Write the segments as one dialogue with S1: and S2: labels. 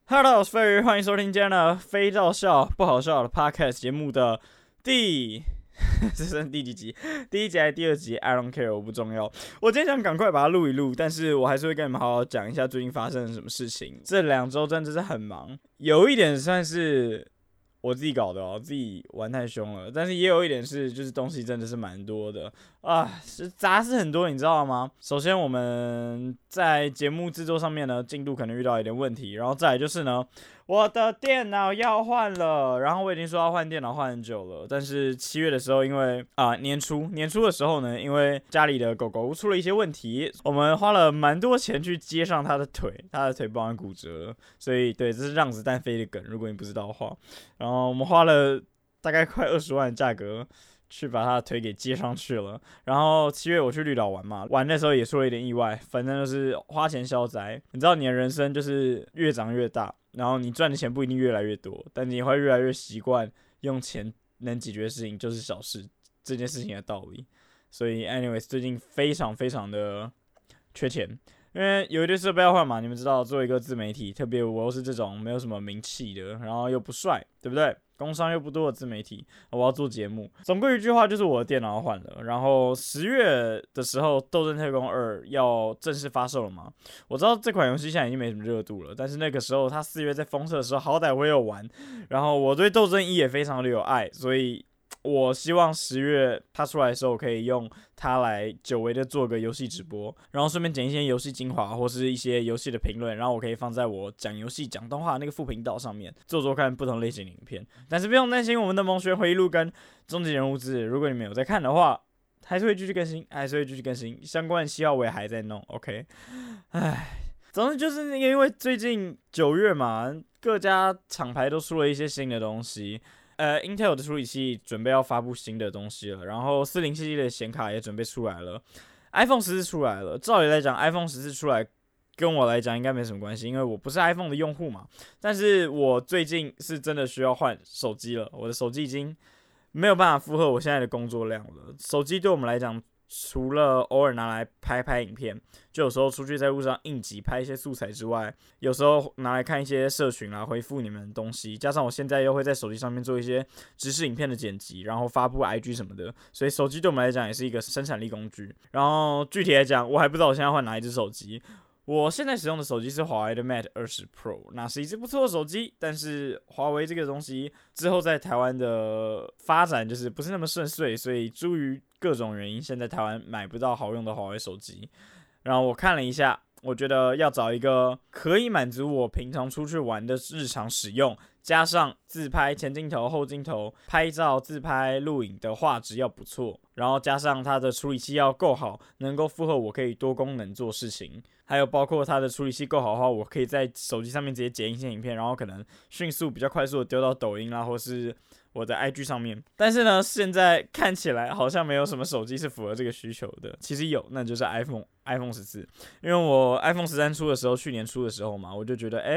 S1: Hello，我是飞鱼，欢迎收听今天的非到笑不好笑的 Podcast 节目的这是第几集？第一集还是第二集 ？I don't care， 我不重要。我今天想赶快把它录一录，但是我还是会跟你们好好讲一下最近发生了什么事情。这2周真的是很忙，有一点算是我自己搞的哦，自己玩太凶了。但是也有一点是，就是东西真的是蛮多的啊，杂事很多，你知道吗？首先我们在节目制作上面呢，进度可能遇到一点问题，然后再来就是呢，我的电脑要换了，然后我已经说要换电脑换很久了，但是7月的时候，因为年初的时候呢，因为家里的狗狗出了一些问题，我们花了蛮多钱去接上它的腿不然骨折了，所以对，这是让子弹飞的梗，如果你不知道的话，然后我们花了大概快20万的价格去把他的腿给接上去了。然后7月我去绿岛玩嘛，玩的时候也出了一点意外，反正就是花钱消灾。你知道你的人生就是越长越大，然后你赚的钱不一定越来越多，但你会越来越习惯用钱能解决的事情就是小事这件事情的道理。所以 anyways 最近非常非常的缺钱，因为有一堆设备要换嘛，你们知道，做一个自媒体，特别我又是这种没有什么名气的，然后又不帅，对不对？工商又不多的自媒体，我要做节目。总归一句话，就是我的电脑要换了。然后10月的时候，《斗阵特工2》要正式发售了嘛？我知道这款游戏现在已经没什么热度了，但是那个时候它4月在封测的时候，好歹我也有玩。然后我对《斗阵1》也非常的有爱，所以我希望10月它出来的时候，可以用它来久违的做个游戏直播，然后顺便剪一些游戏精华或是一些游戏的评论，然后我可以放在我讲游戏、讲动画的那个副频道上面做看不同类型的影片。但是不用担心，我们的萌学回忆录跟终极人物志，如果你们有在看的话，还是会继续更新，相关的计划我也还在弄。OK， 唉。总之就是因为最近9月嘛，各家厂牌都出了一些新的东西。Intel 的处理器准备要发布新的东西了，然后40系列的显卡也准备出来了 ，iPhone 14出来了。照理来讲 ，iPhone 14出来跟我来讲应该没什么关系，因为我不是 iPhone 的用户嘛。但是我最近是真的需要换手机了，我的手机已经没有办法负荷我现在的工作量了。手机对我们来讲，除了偶尔拿来拍影片，就有时候出去在路上应急拍一些素材之外，有时候拿来看一些社群啊，回复你们的东西。加上我现在又会在手机上面做一些即时影片的剪辑，然后发布 IG 什么的，所以手机对我们来讲也是一个生产力工具。然后具体来讲，我还不知道我现在换哪一只手机。我现在使用的手机是华为的 Mate 20 Pro， 那是一只不错的手机，但是华为这个东西之后在台湾的发展就是不是那么顺遂，所以出于各种原因，现在台湾买不到好用的华为手机。然后我看了一下，我觉得要找一个可以满足我平常出去玩的日常使用，加上自拍前镜头、后镜头、拍照、自拍、录影的画质要不错，然后加上它的处理器要够好，能够负荷我可以多功能做事情。还有包括它的处理器够好的话，我可以在手机上面直接剪一些影片，然后可能迅速比较快速的丢到抖音啦，或是我的 IG 上面。但是呢，现在看起来好像没有什么手机是符合这个需求的。其实有，那就是 iPhone 14。因为我 iPhone 13出的时候，去年出的时候嘛，我就觉得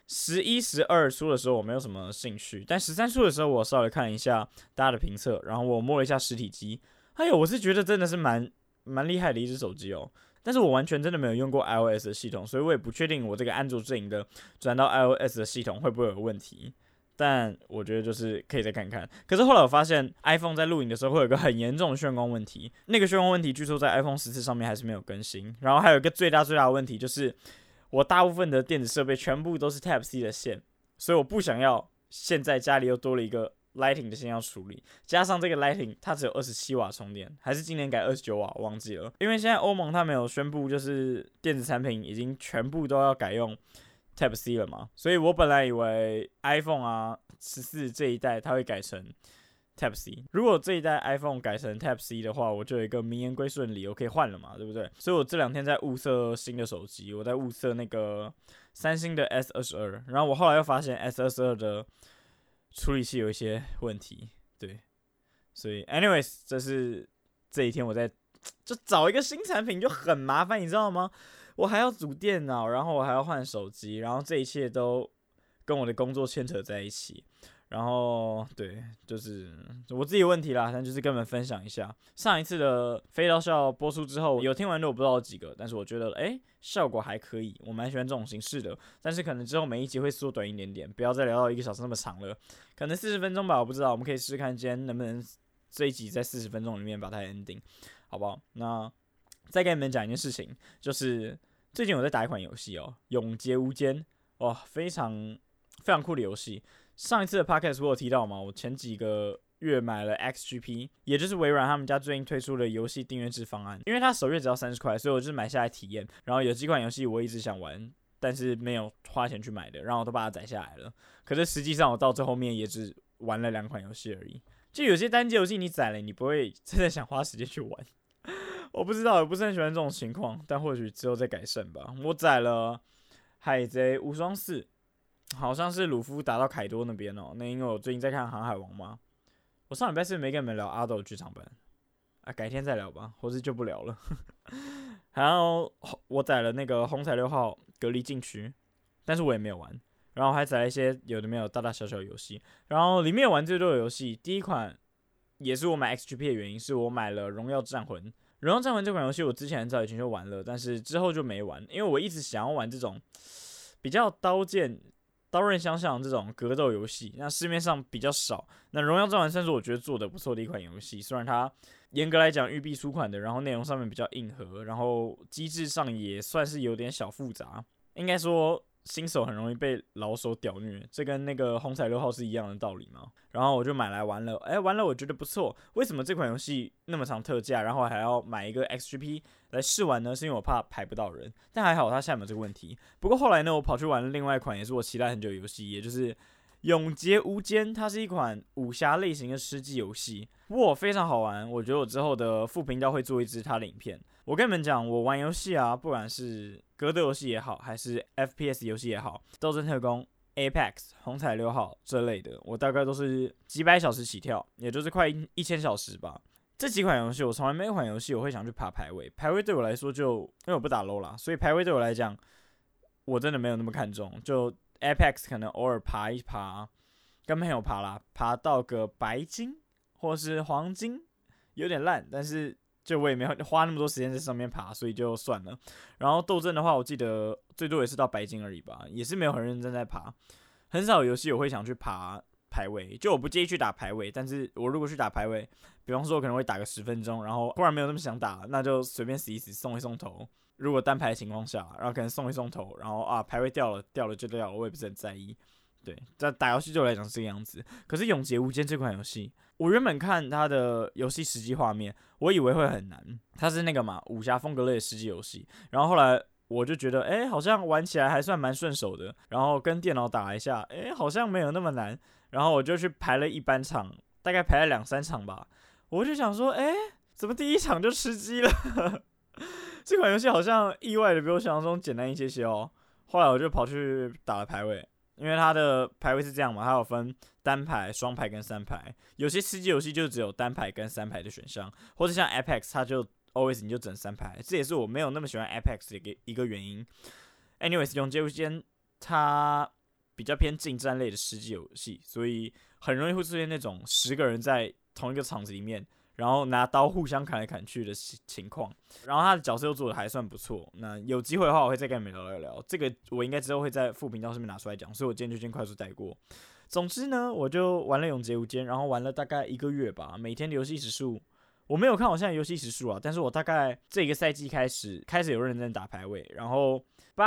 S1: 11、12出的时候我没有什么兴趣，但13出的时候我稍微看了一下大家的评测，然后我摸了一下实体机，我是觉得真的是蛮厉害的一只手机哦。但是我完全真的没有用过 iOS 的系统，所以我也不确定我这个安卓阵营的转到 iOS 的系统会不会有问题。但我觉得就是可以再看看。可是后来我发现 iPhone 在录影的时候会有一个很严重的眩光问题，那个眩光问题据说在 iPhone 14上面还是没有更新。然后还有一个最大的问题就是我大部分的电子设备全部都是 Type-C 的线，所以我不想要现在家里又多了一个 Lighting 的线要处理，加上这个 Lighting 它只有27瓦充电，还是今年改29瓦，我忘记了。因为现在欧盟它没有宣布，就是电子产品已经全部都要改用 Type-C 了嘛，所以我本来以为 iPhone 14这一代它会改成 Type-C。如果这一代 iPhone 改成 Type-C 的话，我就有一个名言归顺理由可以换了嘛，对不对？所以我这2天在物色新的手机，我在物色那个三星的 S22， 然后我后来又发现 S22 的处理器有一些问题，对，所以 anyways 这一天我在就找一个新产品就很麻烦，你知道吗？我还要组电脑，然后我还要换手机，然后这一切都跟我的工作牵扯在一起。 然后对，就是我自己的问题啦，但就是跟你们分享一下。上一次的飞到笑播出之后，有听完的我不知道有几个，但是我觉得效果还可以，我蛮喜欢这种形式的。但是可能之后每一集会缩短一点点，不要再聊到1个小时那么长了，可能40分钟吧，我不知道，我们可以试试看今天能不能这一集在40分钟里面把它 ending， 好不好？那再跟你们讲一件事情，就是最近我在打一款游戏哦，《永劫无间》，哇，非常非常酷的游戏。上一次的 podcast 我有提到嘛，我前几个月买了 XGP， 也就是微软他们家最近推出的游戏订阅制方案，因为它首月只要30块，所以我就是买下来体验。然后有几款游戏我一直想玩，但是没有花钱去买的，然后我都把它载下来了。可是实际上我到最后面也只玩了2款游戏而已。就有些单机游戏你载了，你不会真的想花时间去玩。我不知道，我不是很喜欢这种情况，但或许之后再改善吧。我载了《海贼无双4》。好像是鲁夫打到凯多那边哦，那因为我最近在看《航海王》嘛，我上礼拜是没跟你们聊阿斗剧场版啊，改天再聊吧，或是就不聊了。然后我载了那个红彩6号隔离禁区，但是我也没有玩。然后还载了一些有的没有大大小小的游戏，然后里面有玩最多的游戏，第一款也是我买 XGP 的原因，是我买了《荣耀战魂》。《荣耀战魂》这款游戏我之前很早以前就玩了，但是之后就没玩，因为我一直想要玩这种比较刀刃相向这种格斗游戏，那市面上比较少。那《荣耀战魂》算是我觉得做的不错的一款游戏，虽然它严格来讲育碧出款的，然后内容上面比较硬核，然后机制上也算是有点小复杂。应该说新手很容易被老手屌虐，这跟那个红彩6号是一样的道理嘛。然后我就买来玩了，玩了我觉得不错。为什么这款游戏那么长特价，然后还要买一个 XGP 来试玩呢？是因为我怕排不到人，但还好它下面有这个问题。不过后来呢，我跑去玩了另外一款也是我期待很久的游戏，也就是《永劫无间》，它是一款武侠类型的吃鸡游戏，哇，非常好玩。我觉得我之后的副频道会做一支它的影片。我跟你们讲，我玩游戏啊，不管是格斗游戏也好，还是 FPS 游戏也好，斗争特工、Apex、红彩6号这类的，我大概都是几百小时起跳，也就是快1000小时吧。这几款游戏，我从来没有一款游戏我会想去爬排位。排位对我来说因为我不打 LOL 啦，所以排位对我来讲，我真的没有那么看重。就 Apex 可能偶尔爬一爬，跟朋友爬啦，爬到个白金或是黄金，有点烂，但是就我也没有花那么多时间在上面爬，所以就算了。然后斗阵的话，我记得最多也是到白金而已吧，也是没有很认真在爬。很少有游戏我会想去爬排位，就我不介意去打排位，但是我如果去打排位，比方说我可能会打个10分钟，然后忽然没有那么想打，那就随便死一死，送一送头。如果单排的情况下，然后可能送一送头，然后排位掉了就掉了，我也不是很在意。对，在打游戏对我来讲是这个样子。可是《永劫无间》这款游戏，我原本看它的游戏实际画面，我以为会很难。它是那个嘛武侠风格类的吃鸡游戏，然后后来我就觉得，好像玩起来还算蛮顺手的。然后跟电脑打了一下，好像没有那么难。然后我就去排了一般场，大概排了2-3场吧。我就想说，怎么第一场就吃鸡了？这款游戏好像意外的比我想象中简单一些哦。后来我就跑去打了排位。因为它的排位是这样嘛，它有分单排、双排跟3排。有些吃鸡游戏就只有单排跟3排的选项，或者像 Apex， 它就 always 你就整3排。这也是我没有那么喜欢 Apex 的一个原因。Anyways， 永劫无间它比较偏近战类的吃鸡游戏，所以很容易会出现那种10个人在同一个场子里面，然后拿刀互相砍来砍去的情况。然后他的角色又做的还算不错，那有机会的话我会再跟你们聊一聊。这个我应该之后会在副频道上面拿出来讲，所以我今天就先快速带过。总之呢，我就玩了永劫无间，然后玩了大概1个月吧。每天的游戏时数我没有看我现在游戏时数啊，但是我大概这个赛季开始有认真打排位，然后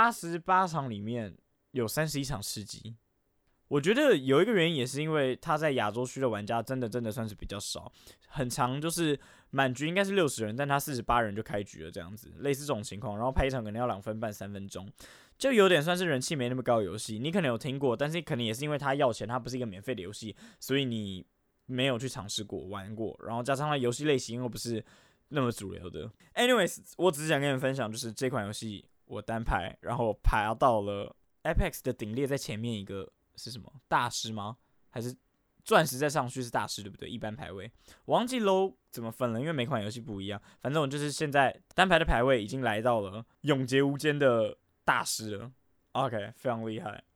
S1: 88场里面有31场吃鸡。我觉得有一个原因也是因为他在亚洲区的玩家真的算是比较少，很长就是满局应该是60人，但他48人就开局了这样子，类似这种情况。然后排一场可能要2分半3分钟，就有点算是人气没那么高的游戏。你可能有听过，但是可能也是因为他要钱，他不是一个免费的游戏，所以你没有去尝试过玩过。然后加上它游戏类型又不是那么主流的。Anyways， 我只是想跟你们分享，就是这款游戏我单排，然后排到了 Apex 的顶列在前面一个。是什么大师吗？还是钻石再上去是大师对不对？一般排位我忘记 low 怎么分了，因为每款游戏不一样。反正我就是现在单排的排位已经来到了永劫无间的大师了。OK， 非常厉害。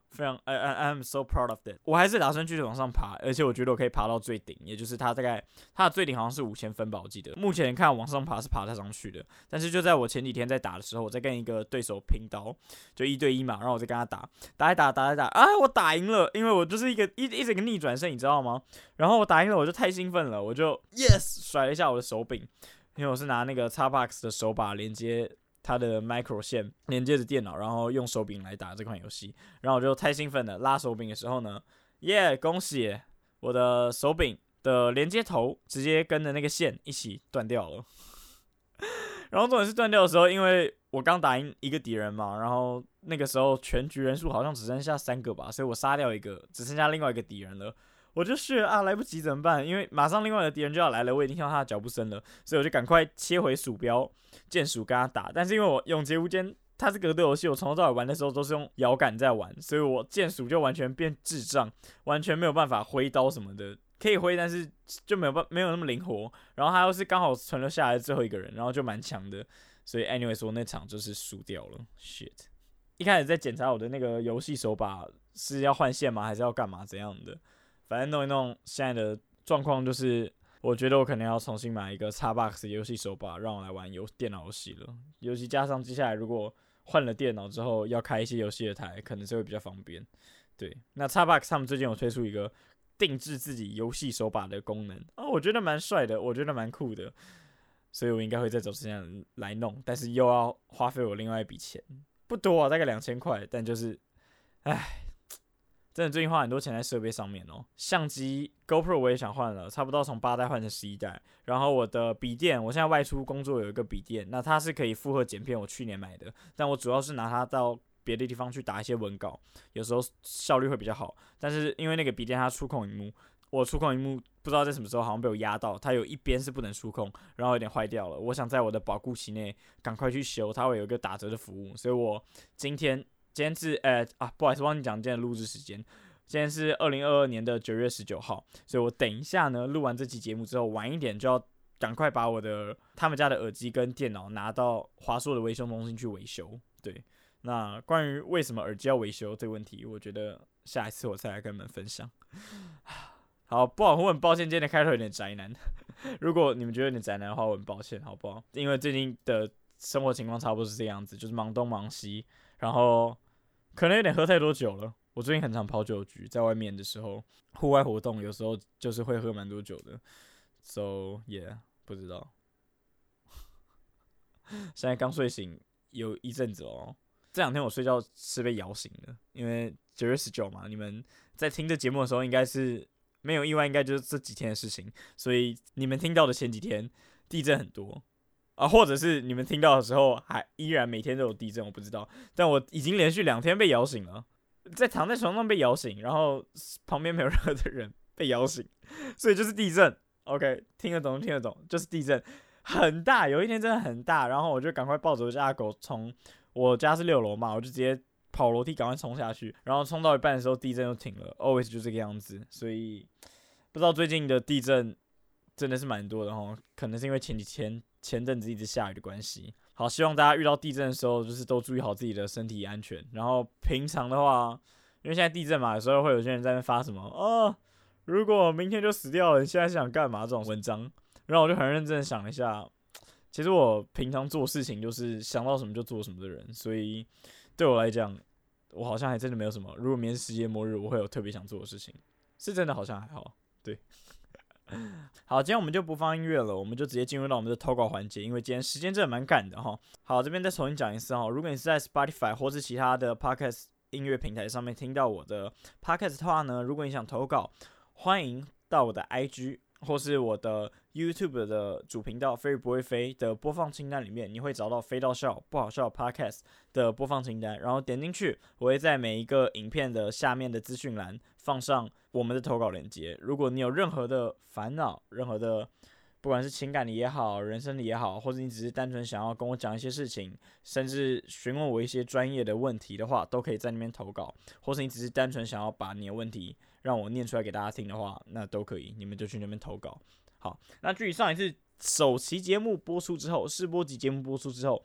S1: 非常I'm so proud of that。我还是打算继续往上爬，而且我觉得我可以爬到最顶，也就是它的最顶好像是5000分吧，我记得。目前看往上爬是爬得上去的，但是就在我前几天在打的时候，我在跟一个对手拼刀，就1对1嘛，然后我在跟他打一打啊，我打赢了，因为我就是一整个逆转胜，你知道吗？然后我打赢了，我就太兴奋了，我就 yes 甩了一下我的手柄，因为我是拿那个 Xbox 的手把连接它的 micro 线连接着电脑，然后用手柄来打这款游戏，然后我就太兴奋了，拉手柄的时候呢，恭喜我的手柄的连接头直接跟着那个线一起断掉了。然后重点是断掉的时候，因为我刚打赢一个敌人嘛，然后那个时候全局人数好像只剩下3个吧，所以我杀掉一个，只剩下另外一个敌人了。我就血来不及怎么办？因为马上另外一个敌人就要来了，我已经听到他的脚步声了，所以我就赶快切回鼠标键鼠跟他打。但是因为我永劫无间，它是格斗游戏，我从头到尾玩的时候都是用摇杆在玩，所以我键鼠就完全变智障，完全没有办法挥刀什么的，可以挥，但是就没有那么灵活。然后他又是刚好存留下来的最后一个人，然后就蛮强的，所以 anyway 说那场就是输掉了 ，shit。一开始在检查我的那个游戏手把是要换线吗，还是要干嘛怎样的？反正弄一弄，现在的状况就是，我觉得我可能要重新买一个 Xbox 游戏手把，让我来玩电脑游戏了。尤其加上接下来如果换了电脑之后要开一些游戏的台，可能是会比较方便。对，那 Xbox 他们最近有推出一个定制自己游戏手把的功能我觉得蛮帅的，我觉得蛮酷的，所以我应该会再找时间来弄，但是又要花费我另外一笔钱，不多大概2000块，但就是，唉。真的最近花很多钱在设备上面相机 GoPro 我也想换了，差不多从8代换成11代。然后我的笔电，我现在外出工作有一个笔电，那它是可以负荷剪片，我去年买的，但我主要是拿它到别的地方去打一些文稿，有时候效率会比较好。但是因为那个笔电它触控萤幕，我触控萤幕不知道在什么时候好像被我压到，它有一边是不能触控，然后有点坏掉了。我想在我的保固期内赶快去修，它会有一个打折的服务，所以我今天是不好意思，忘记讲今天的录制时间。今天是2022年的9月19号，所以我等一下呢，录完这期节目之后，晚一点就要赶快把他们家的耳机跟电脑拿到华硕的维修中心去维修。对，那关于为什么耳机要维修这个问题，我觉得下一次我再来跟你们分享。好，我很抱歉今天的开头有点宅男，如果你们觉得有点宅男的话，我很抱歉，好不好？因为最近的生活情况差不多是这样子，就是忙东忙西，然后可能有点喝太多酒了。我最近很常跑酒局，在外面的时候，户外活动有时候就是会喝蛮多酒的 ，so yeah， 不知道。现在刚睡醒有一阵子这2天我睡觉是被摇醒的，因为9月19嘛，你们在听这节目的时候应该是没有意外，应该就是这几天的事情，所以你们听到的前几天地震很多。或者是你们听到的时候还依然每天都有地震，我不知道，但我已经连续2天被摇醒了。躺在床上被摇醒，然后旁边没有任何的人被摇醒，所以就是地震。OK， 听得懂，就是地震很大，有一天真的很大，然后我就赶快抱着我家的狗，从我家是6楼嘛，我就直接跑楼梯赶快冲下去，然后冲到一半的时候地震就停了 ，always 就这个样子。所以不知道最近的地震真的是蛮多的可能是因为前阵子一直下雨的关系。好，希望大家遇到地震的时候，就是都注意好自己的身体安全。然后平常的话，因为现在地震嘛，有时候会有些人在那边发什么如果明天就死掉了，你现在是想干嘛这种文章。然后我就很认真的想了一下，其实我平常做事情就是想到什么就做什么的人，所以对我来讲，我好像还真的没有什么。如果明天是世界末日，我会有特别想做的事情，是真的好像还好。对。好，今天我们就不放音乐了，我们就直接进入到我们的投稿环节，因为今天时间真的蛮赶的好，这边再重新讲一次如果你是在 Spotify 或是其他的 Podcast 音乐平台上面听到我的 Podcast 的话呢，如果你想投稿，欢迎到我的 IG 或是我的 YouTube 的主频道飞不会飞的播放清单里面，你会找到飞到笑不好笑 Podcast 的播放清单，然后点进去，我会在每一个影片的下面的资讯栏放上我们的投稿链接。如果你有任何的烦恼，任何的不管是情感的也好，人生的也好，或者你只是单纯想要跟我讲一些事情，甚至询问我一些专业的问题的话，都可以在那边投稿。或是你只是单纯想要把你的问题让我念出来给大家听的话，那都可以，你们就去那边投稿。好，那距离上一次首期节目播出之后，试播集节目播出之后，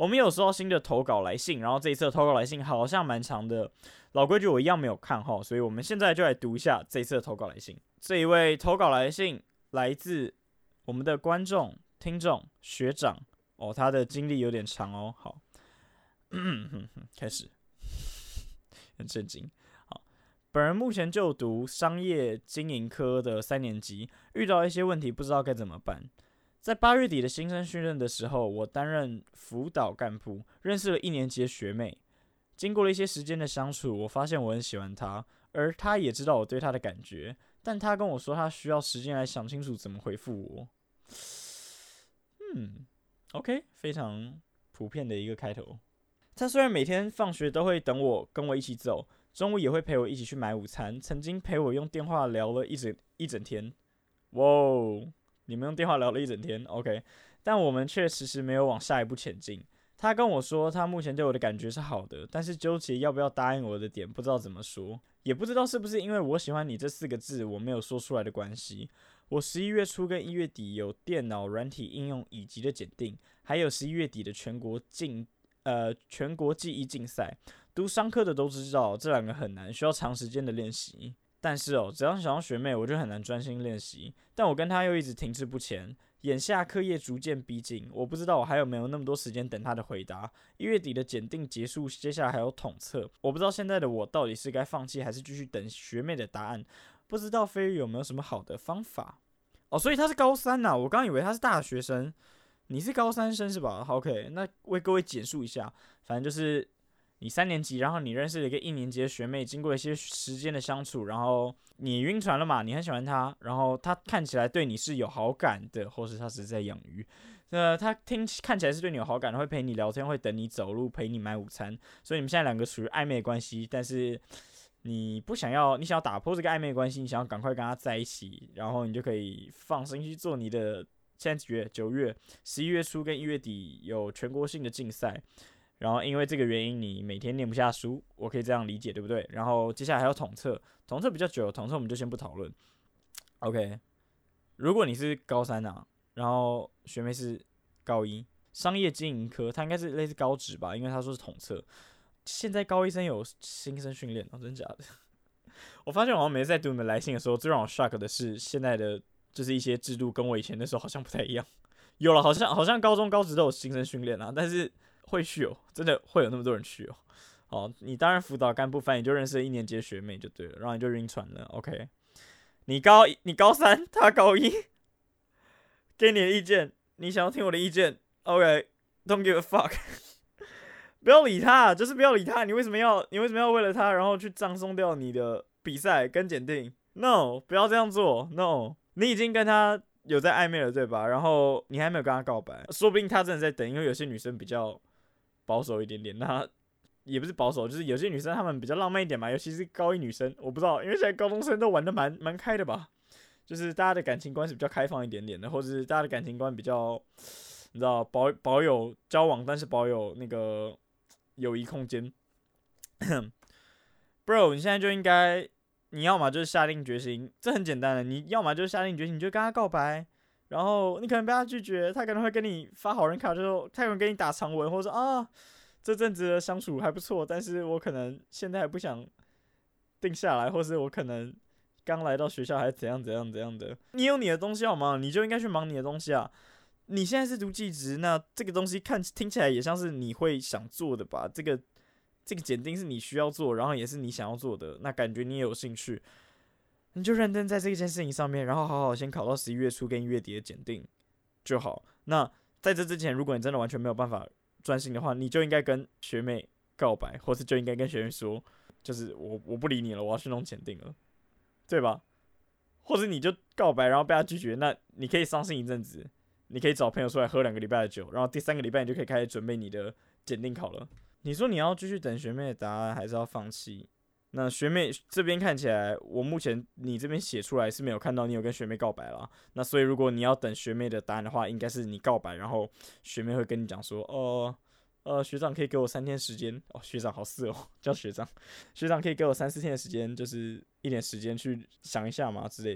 S1: 我们有收到新的投稿来信，然后这一次的投稿来信好像蛮长的，老规矩我一样没有看齁，所以我们现在就来读一下这一次的投稿来信。这一位投稿来信来自我们的观众、听众、学长哦，他的经历有点长哦。好，开始，很震惊。好，本人目前就读商业经营科的3年级，遇到一些问题不知道该怎么办。在8月底的新生训练的时候，我担任辅导干部，认识了1年级的学妹。经过了一些时间的相处，我发现我很喜欢她，而她也知道我对她的感觉，但她跟我说她需要时间来想清楚怎么回复我。OK， 非常普遍的一个开头。她虽然每天放学都会等我跟我一起走，中午也会陪我一起去买午餐，曾经陪我用电话聊了一整天。哇，你们用电话聊了一整天 ，OK， 但我们却迟迟没有往下一步前进。他跟我说，他目前对我的感觉是好的，但是纠结要不要答应我的点不知道怎么说，也不知道是不是因为我喜欢你这4个字我没有说出来的关系。我11月初跟1月底有电脑软体应用乙级的检定，还有11月底的全国记忆竞赛。读商科的都知道这2个很难，需要长时间的练习。但是只要想要学妹，我就很难专心练习。但我跟她又一直停滞不前。眼下课业逐渐逼近，我不知道我还有没有那么多时间等他的回答。1月底的检定结束，接下来还有统测，我不知道现在的我到底是该放弃还是继续等学妹的答案。不知道飞宇有没有什么好的方法？所以他是高3啊，我刚以为他是大学生。你是高3生是吧？好 ，OK， 那为各位简述一下，反正就是你3年级，然后你认识了一个1年级的学妹，经过一些时间的相处，然后你晕船了嘛，你很喜欢她，然后她看起来对你是有好感的，或是她只是在养鱼。她看起来是对你有好感的，会陪你聊天，会等你走路，陪你买午餐，所以你们现在2个属于暧昧的关系，但是你不想要，你想要打破这个暧昧的关系，你想要赶快跟她在一起，然后你就可以放心去做你的。现在几月？9月、11月初跟1月底有全国性的竞赛。然后因为这个原因，你每天念不下书，我可以这样理解，对不对？然后接下来还有统测，统测比较久，统测我们就先不讨论。OK， 如果你是高3啊，然后学妹是高1，商业经营科，它应该是类似高职吧，因为他说是统测。现在高1生有新生训练真假的？我发现我好像每次在读你们来信的时候，最让我 shock 的是现在的就是一些制度跟我以前的时候好像不太一样。有了，好像高中高职都有新生训练啊，但是。会去真的会有那么多人去你当然辅导干部，反正你就认识了1年级的学妹就对了，然后你就晕船了。OK， 你高3，他高1，给你的意见，你想要听我的意见 ？OK，don't give a fuck， 不要理他，就是不要理他。你为什么要为了他，然后去葬送掉你的比赛跟检定 ？No， 不要这样做。No， 你已经跟他有在暧昧了，对吧？然后你还没有跟他告白，说不定他真的在等，因为有些女生比较。保守一点点，那也不是保守，就是有些女生她们比较浪漫一点嘛，尤其是高1女生，我不知道，因为现在高中生都玩得蛮开的吧，就是大家的感情观是比较开放一点点的，或者是大家的感情观比较，你知道保有交往，但是保有那个友谊空间。Bro， 你现在就应该，你要么就是下定决心，这很简单的，你要么就是下定决心，你就跟他告白。然后你可能被他拒绝，他可能会跟你发好人卡，就说他可能跟你打长文，或者说这阵子的相处还不错，但是我可能现在还不想定下来，或是我可能刚来到学校还是怎样的。你有你的东西好吗？你就应该去忙你的东西啊。你现在是读技职，那这个东西听起来也像是你会想做的吧？这个检定是你需要做，然后也是你想要做的，那感觉你也有兴趣。你就认真在这件事情上面，然后好好先考到11月初跟1月底的检定就好。那在这之前，如果你真的完全没有办法专心的话，你就应该跟学妹告白，或是就应该跟学妹说，就是我不理你了，我要去弄检定了，对吧？或者你就告白，然后被他拒绝，那你可以伤心一阵子，你可以找朋友出来喝2个礼拜的酒，然后第3个礼拜你就可以开始准备你的检定考了。你说你要继续等学妹的答案，还是要放弃？那学妹这边看起来，我目前你这边写出来是没有看到你有跟学妹告白啦。那所以如果你要等学妹的答案的话，应该是你告白，然后学妹会跟你讲说，学长可以给我3天时间学长好色叫学长可以给我3-4天的时间，就是一点时间去想一下嘛之类的。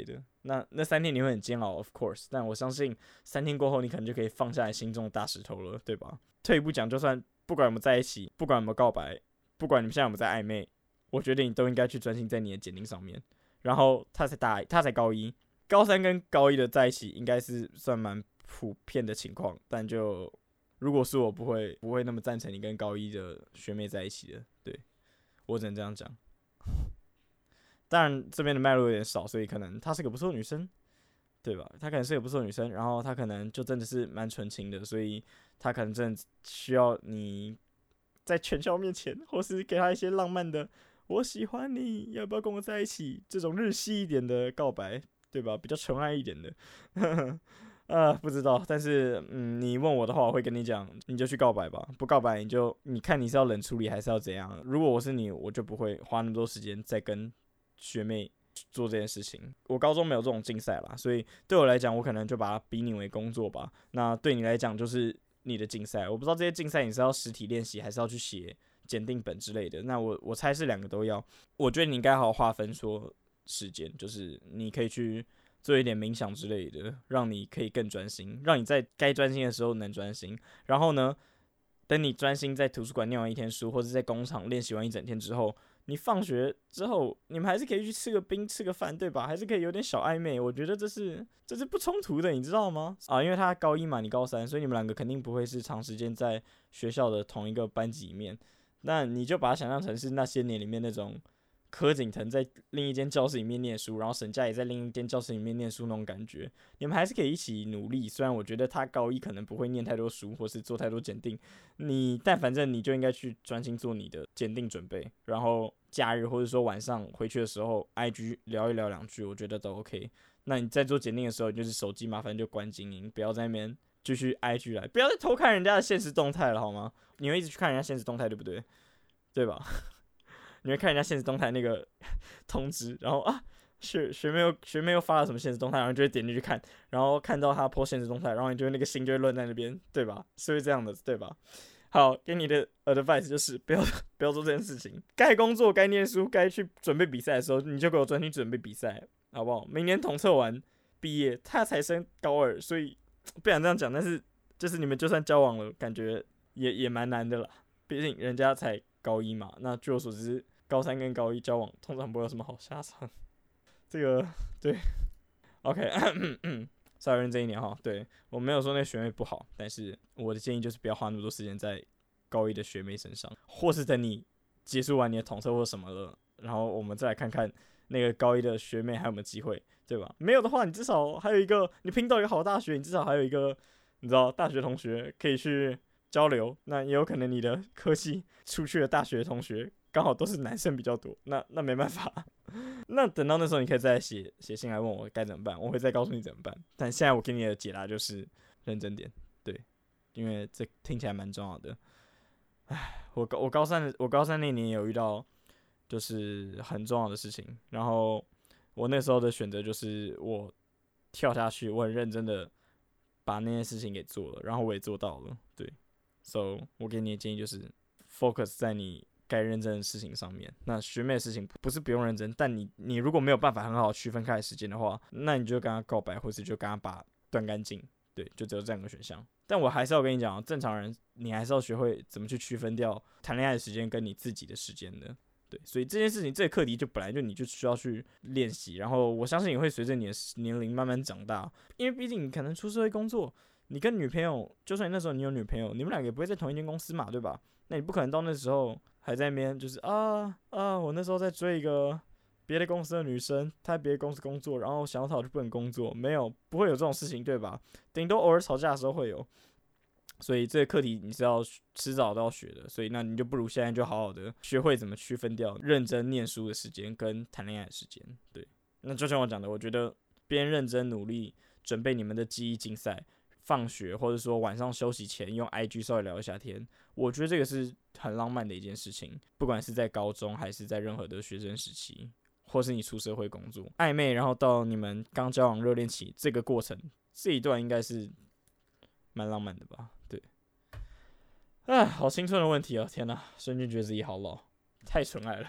S1: 那3天你会很煎熬 ，of course， 但我相信3天过后，你可能就可以放下来心中的大石头了，对吧？退一步讲，就算不管有没有在一起，不管有没有告白，不管你们现在有没有在暧昧，我觉得你都应该去专心在你的检定上面。然后他才高一，高3跟高一的在一起，应该是算蛮普遍的情况，但就如果是我不会那么赞成你跟高一的学妹在一起的，对，我只能这样讲。当然这边的脉络有点少，所以可能她是个不错的女生，对吧？她可能是个不错的女生，然后她可能就真的是蛮纯情的，所以她可能真的需要你在全校面前，或是给她一些浪漫的“我喜欢你，要不要跟我在一起”这种日系一点的告白，对吧？比较纯爱一点的。不知道，但是你问我的话，我会跟你讲，你就去告白吧。不告白，你看你是要冷处理还是要怎样？如果我是你，我就不会花那么多时间再跟学妹做这件事情。我高中没有这种竞赛啦，所以对我来讲，我可能就把它比拟为工作吧。那对你来讲，就是你的竞赛。我不知道这些竞赛你是要实体练习，还是要去写检定本之类的。那我猜是2个都要。我觉得你应该好好划分说时间，就是你可以去做一点冥想之类的，让你可以更专心，让你在该专心的时候能专心。然后呢，等你专心在图书馆念完1天书，或者在工厂练习完1整天之后，你放学之后，你们还是可以去吃个冰、吃个饭，对吧？还是可以有点小暧昧。我觉得这是不冲突的，你知道吗？因为他高1嘛，你高3，所以你们2个肯定不会是长时间在学校的同一个班级里面。那你就把它想象成是那些年里面那种柯景腾在另一间教室里面念书，然后沈佳宜在另一间教室里面念书那种感觉，你们还是可以一起努力。虽然我觉得他高1可能不会念太多书，或是做太多检定，但反正你就应该去专心做你的检定准备，然后假日或者说晚上回去的时候 ，IG 聊一聊2句，我觉得都 OK。那你在做检定的时候，就是手机麻烦就关静音，不要在那边继续 IG 来，不要再偷看人家的现实动态了好吗？你会一直去看人家现实动态，对不对？对吧？你会看人家现实动态那个通知，然后学妹又发了什么现实动态，然后你就会点进去看，然后看到他 po 现实动态，然后你就会那个心就会乱在那边，对吧？是会这样的，对吧？好，给你的 advice 就是不要做这件事情，该工作、该念书、该去准备比赛的时候，你就给我专心准备比赛，好不好？明年统测完毕业，他才升高2，所以不想这样讲，但是就是你们就算交往了，感觉也蛮难的啦，毕竟人家才高1嘛。那据我所知，高3跟高1交往通常不会有什么好下场。这个对 ，OK， 稍微认真一点哈。对，我没有说那学妹不好，但是我的建议就是不要花那么多时间在高1的学妹身上，或是等你结束完你的统测或什么了，然后我们再来看看那个高1的学妹还有没有机会，对吧？没有的话，你至少还有一个，你拼到一个好大学，你至少还有一个，你知道大学同学可以去交流。那也有可能你的科系出去的大学同学刚好都是男生比较多，那没办法。那等到那时候，你可以再写信来问我该怎么办，我会再告诉你怎么办。但现在我给你的解答就是认真点，对，因为这听起来蛮重要的。我高三那年有遇到就是很重要的事情，然后我那时候的选择就是我跳下去，我很认真的把那件事情给做了，然后我也做到了，对。So 我给你的建议就是 focus 在你该认真的事情上面。那学妹的事情不是不用认真，但你如果没有办法很好区分开时间的话，那你就跟他告白，或是就跟他把断干净，对，就只有这2个选项。但我还是要跟你讲，正常人你还是要学会怎么去区分掉谈恋爱的时间跟你自己的时间的。对，所以这件事情，这个课题就本来就你就需要去练习，然后我相信你会随着你的年龄慢慢长大，因为毕竟你可能出社会工作，你跟女朋友，就算你那时候你有女朋友，你们2个也不会在同一间公司嘛，对吧？那你不可能到那时候还在那边就是我那时候在追一个别的公司的女生，她在别的公司工作，然后想要逃就不能工作，没有，不会有这种事情，对吧？顶多偶尔吵架的时候会有。所以这个课题你是要迟早都要学的，所以那你就不如现在就好好的学会怎么区分掉认真念书的时间跟谈恋爱的时间。对，那就像我讲的，我觉得边认真努力准备你们的记忆竞赛，放学或者说晚上休息前用 IG 稍微聊一下天，我觉得这个是很浪漫的一件事情，不管是在高中还是在任何的学生时期，或是你出社会工作暧昧，然后到你们刚交往热恋期这个过程，这一段应该是蛮浪漫的吧。对，好青春的问题哦，天哪，瞬间觉得自己好老，太纯爱了。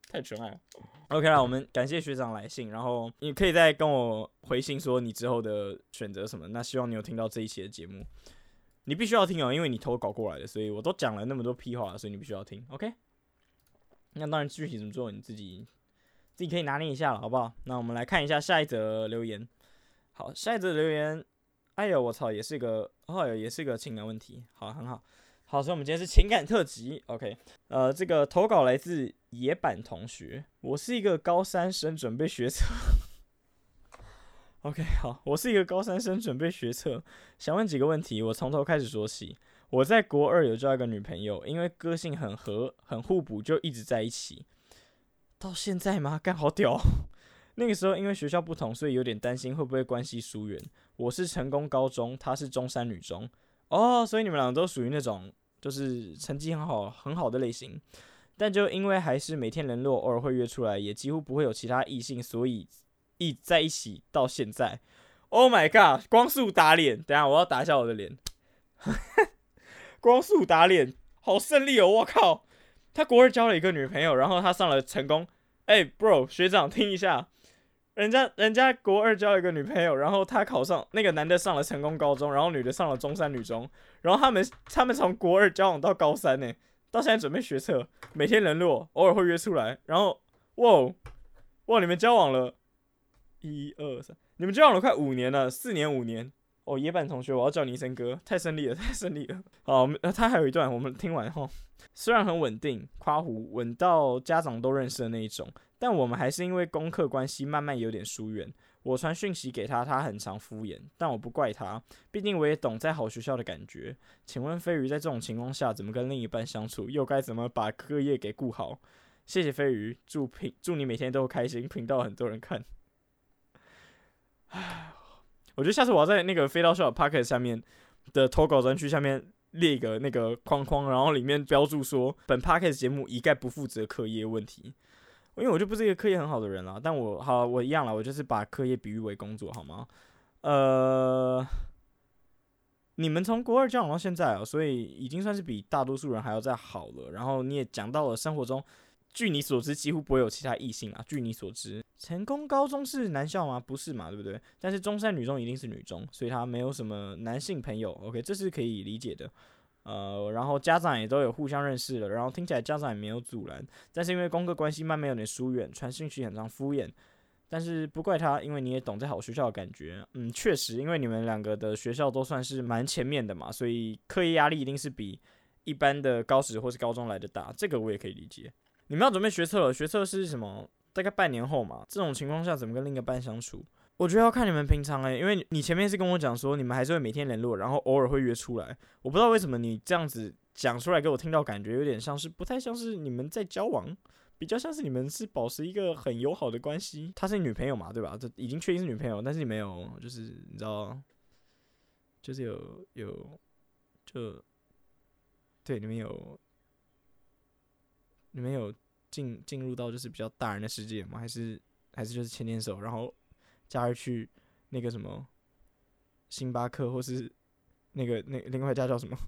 S1: 太纯爱了。OK 啦，我们感谢学长来信，然后你可以再跟我回信说你之后的选择什么。那希望你有听到这一期的节目，你必须要听哦，因为你投稿过来的，所以我都讲了那么多屁话，所以你必须要听。OK， 那当然具体怎么做你自己可以拿捏一下了，好不好？那我们来看一下下一则留言。好，下一则留言，哎呦我操，也是个情感问题。好，很好。好，所以我们今天是情感特辑 ，OK， 这个投稿来自野坂同学，我是一个高三生，准备学测。OK， 好，我是一个高三生，准备学测，想问几个问题，我从头开始说起。我在国2有交一个女朋友，因为个性很合，很互补，就一直在一起。到现在吗？干好屌！那个时候因为学校不同，所以有点担心会不会关系疏远。我是成功高中，她是中山女中。哦，所以你们两个都属于那种就是成绩很好的类型，但就因为还是每天联络，偶尔会约出来，也几乎不会有其他异性，所以在一起到现在。Oh my god！ 光速打脸，等一下我要打一下我的脸。光速打脸，好胜利哦！我靠，他国2交了一个女朋友，然后他上了成功。bro， 学长听一下。人家国2交了一个女朋友，然后他考上那个男的上了成功高中，然后女的上了中山女中，然后他们从国2交往到高3呢，到现在准备学测，每天联络，偶尔会约出来，然后哇，你们交往了1、2、3，你们交往了快5年了，4年5年。哦，野坂同学，我要叫你一声哥，太胜利了，太胜利了。好，他还有一段，我们听完后，虽然很稳定，夸胡稳到家长都认识的那一种，但我们还是因为功课关系慢慢有点疏远。我传讯息给他，他很常敷衍，但我不怪他，毕竟我也懂在好学校的感觉。请问飞鱼在这种情况下怎么跟另一半相处，又该怎么把课业给顾好？谢谢飞鱼，祝你每天都开心，频道很多人看。我觉得下次我要在那个飞到笑的 Podcast 下面的投稿专区下面列一个那个框框，然后里面标注说本 Podcast 节目一概不负责课业问题，因为我就不是一个课业很好的人啦。但我一样啦，我就是把课业比喻为工作，好吗？你们从国2交往到现在啊，所以已经算是比大多数人还要再好了。然后你也讲到了生活中，据你所知几乎不会有其他异性啊。据你所知，成功高中是男校吗？不是嘛，对不对？但是中山女中一定是女中，所以他没有什么男性朋友。OK， 这是可以理解的。然后家长也都有互相认识了，然后听起来家长也没有阻拦，但是因为功课关系慢慢有点疏远，传讯息很常敷衍。但是不怪他，因为你也懂在好学校的感觉。确实，因为你们两个的学校都算是蛮前面的嘛，所以课业压力一定是比一般的高职或是高中来的大，这个我也可以理解。你们要准备学测了，学测是什么？大概半年后嘛。这种情况下怎么跟另一半相处？我觉得要看你们平常因为你前面是跟我讲说你们还是会每天联络，然后偶尔会约出来。我不知道为什么你这样子讲出来给我听到，感觉有点像是不太像是你们在交往，比较像是你们是保持一个很友好的关系。她是你女朋友嘛，对吧？这已经确定是女朋友，但是你没有，就是你知道，就是对，你们有进入到就是比较大人的世界吗？还是就是牵牵手，然后假日去那个什么星巴克，或是那个另外一家叫什么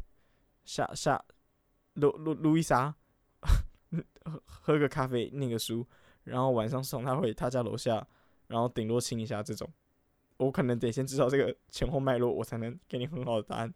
S1: 路易莎喝个咖啡念个书，然后晚上送他回他家楼下，然后顶多亲一下这种。我可能得先知道这个前后脉络，我才能给你很好的答案。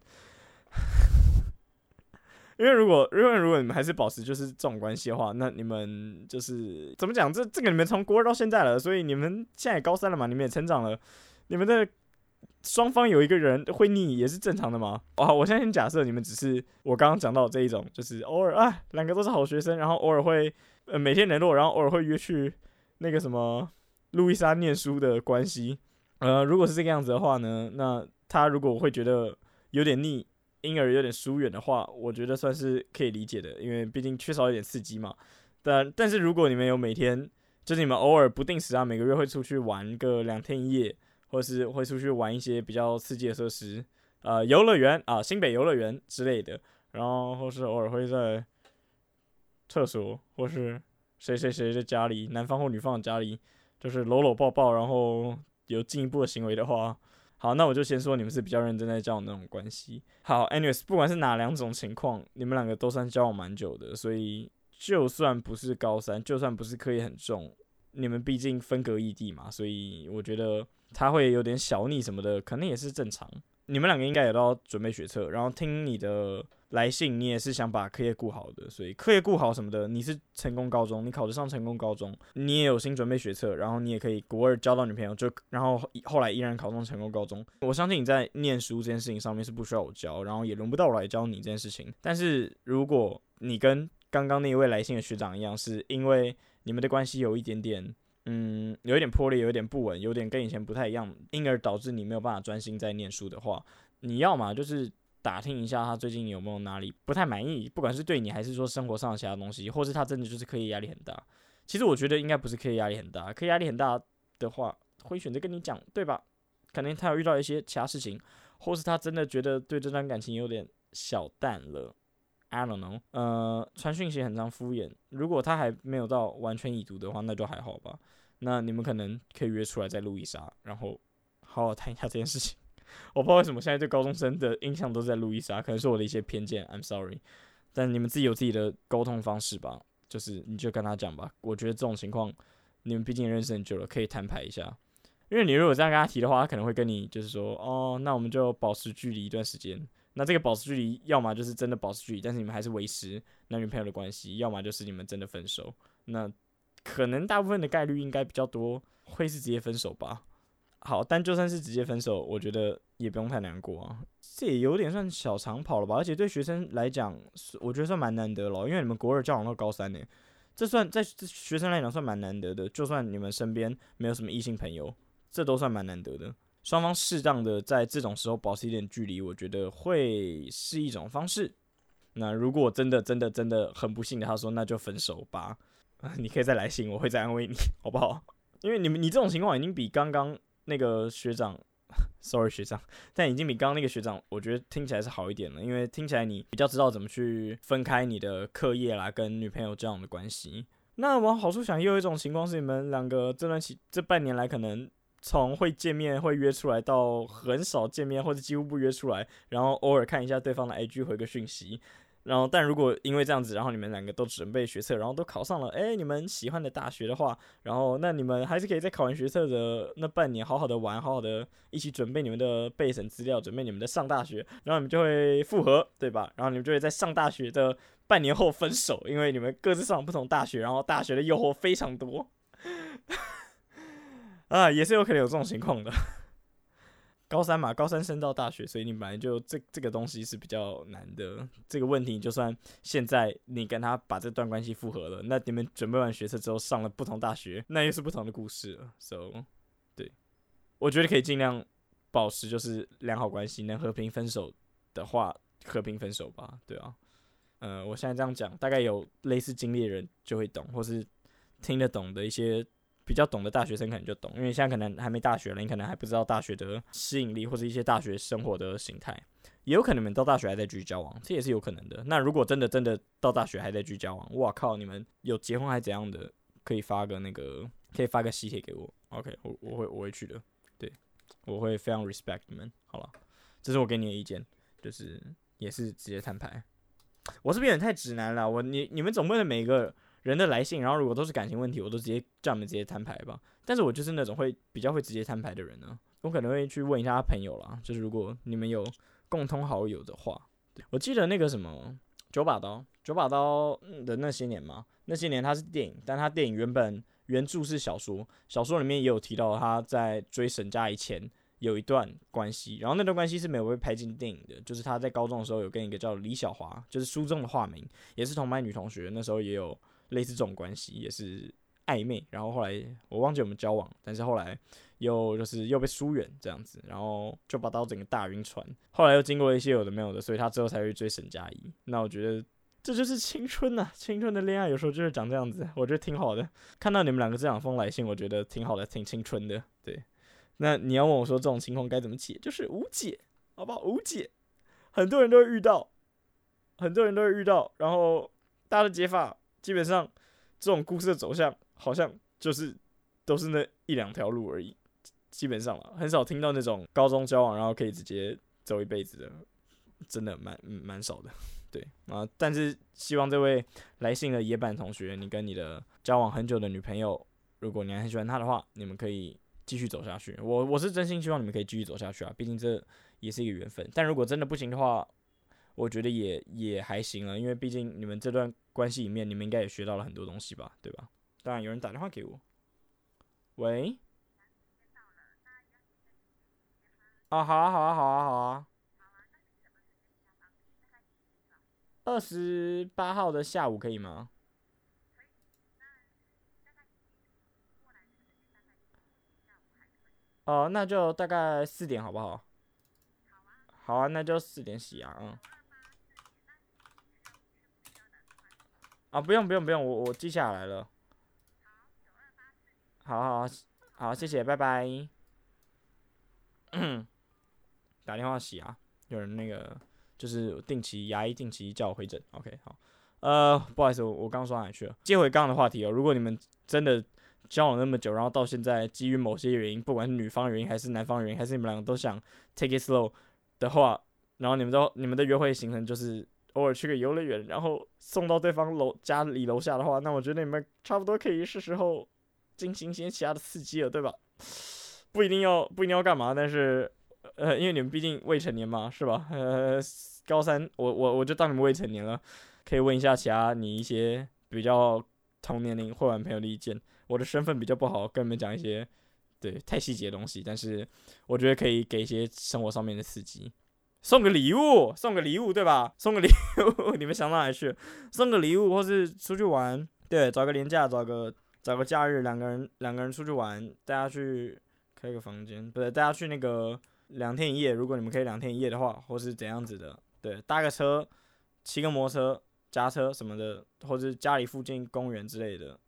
S1: 因为如果你们还是保持就是这种关系的话，那你们就是怎么讲？这个你们从国2到现在了，所以你们现在也高3了嘛，你们也成长了，你们的双方有一个人会腻也是正常的嘛。我现在先假设你们只是我刚刚讲到这一种，就是偶尔两个都是好学生，然后偶尔会每天联络，然后偶尔会约去那个什么路易莎念书的关系。如果是这个样子的话呢，那他如果会觉得有点腻，因而有点疏远的话，我觉得算是可以理解的，因为毕竟缺少一点刺激嘛。但是如果你们有每天，就是你们偶尔不定时每个月会出去玩个2天1夜，或是会出去玩一些比较刺激的设施，游乐园新北游乐园之类的，然后或是偶尔会在厕所或是谁的家里，男方或女方的家里，就是搂抱抱，然后有进一步的行为的话。好，那我就先说你们是比较认真在交往那种关系。好 ，anyways， 不管是哪2种情况，你们两个都算交往蛮久的，所以就算不是高三，就算不是课业很重，你们毕竟分隔异地嘛，所以我觉得他会有点小腻什么的，可能也是正常。你们两个应该也都要准备学测，然后听你的来信，你也是想把课业顾好的，所以课业顾好什么的，你是成功高中，你考得上成功高中，你也有心准备学测，然后你也可以国二交到女朋友，然后后来依然考上成功高中。我相信你在念书这件事情上面是不需要我教，然后也轮不到我来教你这件事情。但是如果你跟刚刚那一位来信的学长一样，是因为你们的关系有一点点。有一点破裂，有一点不稳，有点跟以前不太一样，因而导致你没有办法专心在念书的话，你要嘛就是打听一下他最近有没有哪里不太满意，不管是对你还是说生活上的其他东西，或是他真的就是课业压力很大。其实我觉得应该不是课业压力很大，课业压力很大的话会选择跟你讲，对吧？可能他有遇到一些其他事情，或是他真的觉得对这段感情有点小淡了。I don't know，传讯息很常敷衍。如果他还没有到完全已读的话，那就还好吧。那你们可能可以约出来在路易莎，然后好好谈一下这件事情。我不知道为什么现在对高中生的印象都在路易莎，可能是我的一些偏见 ，I'm sorry。但你们自己有自己的沟通方式吧，就是你就跟他讲吧。我觉得这种情况，你们毕竟认识很久了，可以摊牌一下。因为你如果这样跟他提的话，他可能会跟你就是说，哦，那我们就保持距离一段时间。那这个保持距离，要么就是真的保持距离，但是你们还是维持男女朋友的关系；要么就是你们真的分手。那可能大部分的概率应该比较多会是直接分手吧。好，但就算是直接分手，我觉得也不用太难过啊。这也有点算小长跑了吧？而且对学生来讲，我觉得算蛮难得了，因为你们国二交往到高三呢，这算在学生来讲算蛮难得的。就算你们身边没有什么异性朋友，这都算蛮难得的。双方适当的在这种时候保持一点距离，我觉得会是一种方式。那如果真的很不幸的他说那就分手吧，你可以再来信，我会再安慰你，好不好？因为你这种情况已经比刚刚那个学长，sorry 学长，但已经比刚刚那个学长，我觉得听起来是好一点了，因为听起来你比较知道怎么去分开你的课业啦跟女朋友这样的关系。那往好处想，也有一种情况是你们两个这半年来可能。从会见面会约出来到很少见面或者几乎不约出来，然后偶尔看一下对方的 IG 回个讯息，然后但如果因为这样子，然后你们两个都准备学测，然后都考上了，你们喜欢的大学的话，然后那你们还是可以在考完学测的那半年好好的玩，好好的一起准备你们的备审资料，准备你们的上大学，然后你们就会复合，对吧？然后你们就会在上大学的半年后分手，因为你们各自上了不同大学，然后大学的诱惑非常多。啊，也是有可能有这种情况的。高三嘛，高三升到大学，所以你本来就这个东西是比较难的。这个问题，就算现在你跟他把这段关系复合了，那你们准备完学测之后上了不同大学，那又是不同的故事了。So， 对，我觉得可以尽量保持就是良好关系，能和平分手的话，和平分手吧。对啊，我现在这样讲，大概有类似经历的人就会懂，或是听得懂的一些。比较懂的大学生可能就懂，因为现在可能还没大学了，你可能还不知道大学的吸引力或者一些大学生活的形态，也有可能你们到大学还在继续交往，这也是有可能的。那如果真的到大学还在继续交往，哇靠，你们有结婚还怎样的，可以发个喜帖给我 ，OK， 我会去的，对，我会非常 respect 你们。好了，这是我给你的意见，就是也是直接摊牌。我是不是有点太直男了？你们总不能每个人的来信，然后如果都是感情问题，我都直接叫你们直接摊牌吧。但是我就是那种比较会直接摊牌的人呢。我可能会去问一下他朋友啦，就是如果你们有共同好友的话，我记得那个什么九把刀的那些年嘛，那些年他是电影，但他电影原著是小说，小说里面也有提到他在追沈佳宜前有一段关系，然后那段关系是没有被拍进电影的，就是他在高中的时候有跟一个叫李小华，就是书中的化名，也是同班女同学，那时候也有类似这种关系，也是暧昧，然后后来我忘记我们交往，但是后来又被疏远这样子，然后就把到整个大晕船，后来又经过了一些有的没有的，所以他之后才会追沈佳宜。那我觉得这就是青春啊，青春的恋爱有时候就是长这样子，我觉得挺好的。看到你们两个这两封来信，我觉得挺好的，挺青春的。对，那你要问我说这种情况该怎么解，就是无解，好不好？无解，很多人都会遇到，然后大家的解法基本上这种故事的走向好像就是都是那一两条路而已，基本上很少听到那种高中交往然后可以直接走一辈子的，真的蛮少的。 对但是希望这位来信的野版同学，你跟你的交往很久的女朋友，如果你还很喜欢她的话，你们可以继续走下去。我是真心希望你们可以继续走下去啊，毕竟这也是一个缘分。但如果真的不行的话，我觉得也还行了，因为毕竟你们这段关系里面，你们应该也学到了很多东西吧，对吧？当然有人打电话给我，喂，好啊，好啊，好啊，好啊。28号的下午可以吗？那就大概4点好不好？好啊，那就4点洗啊，不用不用不用，我记下来了。好好好，谢谢，拜拜。打电话洗啊，有人那个就是牙医定期叫我回诊。OK， 好。不好意思，我刚刚说哪里去了？接回刚刚的话题哦。如果你们真的交往那么久，然后到现在基于某些原因，不管是女方原因还是男方原因，还是你们两个都想 take it slow 的话，然后你们的约会行程就是偶尔去个游乐园，然后送到对方家里楼下的话，那我觉得你们差不多可以是时候进行一些其他的刺激了，对吧？不一定要干嘛，但是因为你们毕竟未成年嘛，是吧？高三，我就当你们未成年了，可以问一下其他你一些比较同年龄或玩朋友的意见。我的身份比较不好，跟你们讲一些对太细节的东西，但是我觉得可以给一些生活上面的刺激。送个礼物，对吧？送个礼物，你们想到哪里去？送个礼物，或是出去玩，对，找个年假，找个假日，两个人出去玩，大家去开个房间，不对，大家去那个2天1夜，如果你们可以2天1夜的话，或是怎样子的，对，搭个车，骑个摩托车、夹车什么的，或者家里附近公园之类的。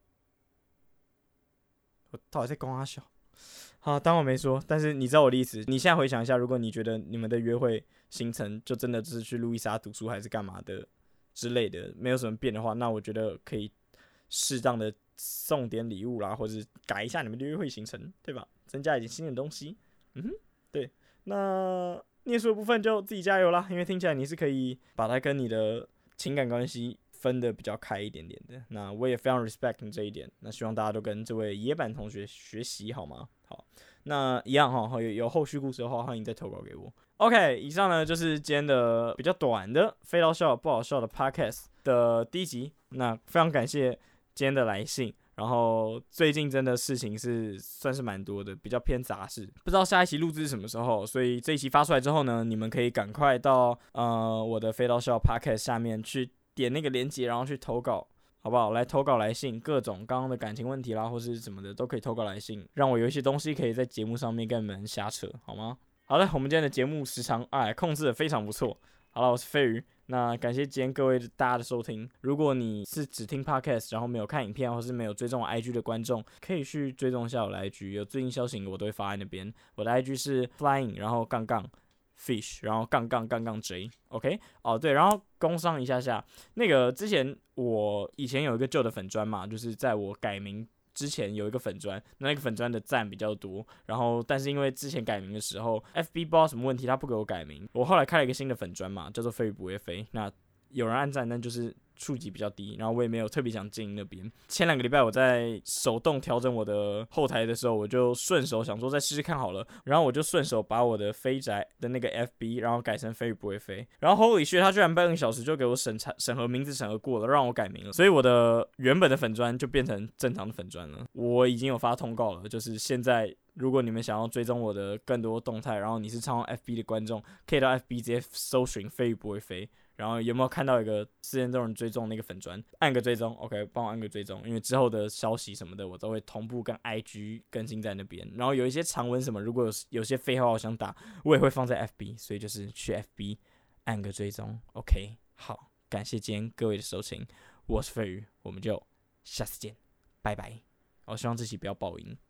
S1: 我到底在讲啥小？好，当我没说，但是你知道我的意思。你现在回想一下，如果你觉得你们的约会行程就真的只是去路易莎读书还是干嘛的之类的，没有什么变的话，那我觉得可以适当的送点礼物啦，或者改一下你们的约会行程，对吧？增加一点新的东西。对。那念书的部分就自己加油啦，因为听起来你是可以把它跟你的情感关系分的比较开一点点的。那我也非常 respect 你这一点。那希望大家都跟这位野版同学学习好吗？好，那一样哈，有后续故事的话，欢迎再投稿给我。OK， 以上呢就是今天的比较短的非到笑不好笑的 Podcast 的第一集。那非常感谢今天的来信。然后最近真的事情是算是蛮多的，比较偏杂事，不知道下一期录制是什么时候，所以这一期发出来之后呢，你们可以赶快到我的飞到笑 Podcast 下面去点那个连结，然后去投稿，好不好？来投稿来信，各种刚刚的感情问题啦，或是什么的都可以投稿来信，让我有一些东西可以在节目上面跟你们瞎扯，好吗？好的，我们今天的节目时长控制的非常不错。好了，我是飞鱼。那感谢今天各位大家的收听。如果你是只听 podcast， 然后没有看影片，或是没有追踪我 IG 的观众，可以去追踪一下我的 IG， 有最新消息我都会发在那边。我的 IG 是 flying， 然后杠杠 fish， 然后杠杠杠杠 j。OK， 对，然后工商一下，那个之前我以前有一个旧的粉专嘛，就是在我改名之前有一个粉专，那个粉专的赞比较多，然后但是因为之前改名的时候 ，FB 不知道什么问题，他不给我改名，我后来开了一个新的粉专嘛，叫做飞鱼不会飞，那有人按赞，但就是触及比较低，然后我也没有特别想经营那边。前2个礼拜我在手动调整我的后台的时候，我就顺手想说再试试看好了，然后我就顺手把我的飞宅的那个 FB， 然后改成飞鱼不会飞，然后 Holy shit，他居然半个小时就给我审核名字审核过了，让我改名了，所以我的原本的粉专就变成正常的粉专了。我已经有发通告了，就是现在如果你们想要追踪我的更多动态，然后你是常用 FB 的观众，可以到 FB 直接搜寻飞鱼不会飞。然后有没有看到一个4千多人追踪那个粉专？按个追踪 ，OK， 帮我按个追踪，因为之后的消息什么的我都会同步跟 IG 更新在那边。然后有一些长文什么，如果有些废话我想打，我也会放在 FB， 所以就是去 FB 按个追踪 ，OK。好，感谢今天各位的收听，我是飞鱼，我们就下次见，拜拜。我希望这期不要爆音。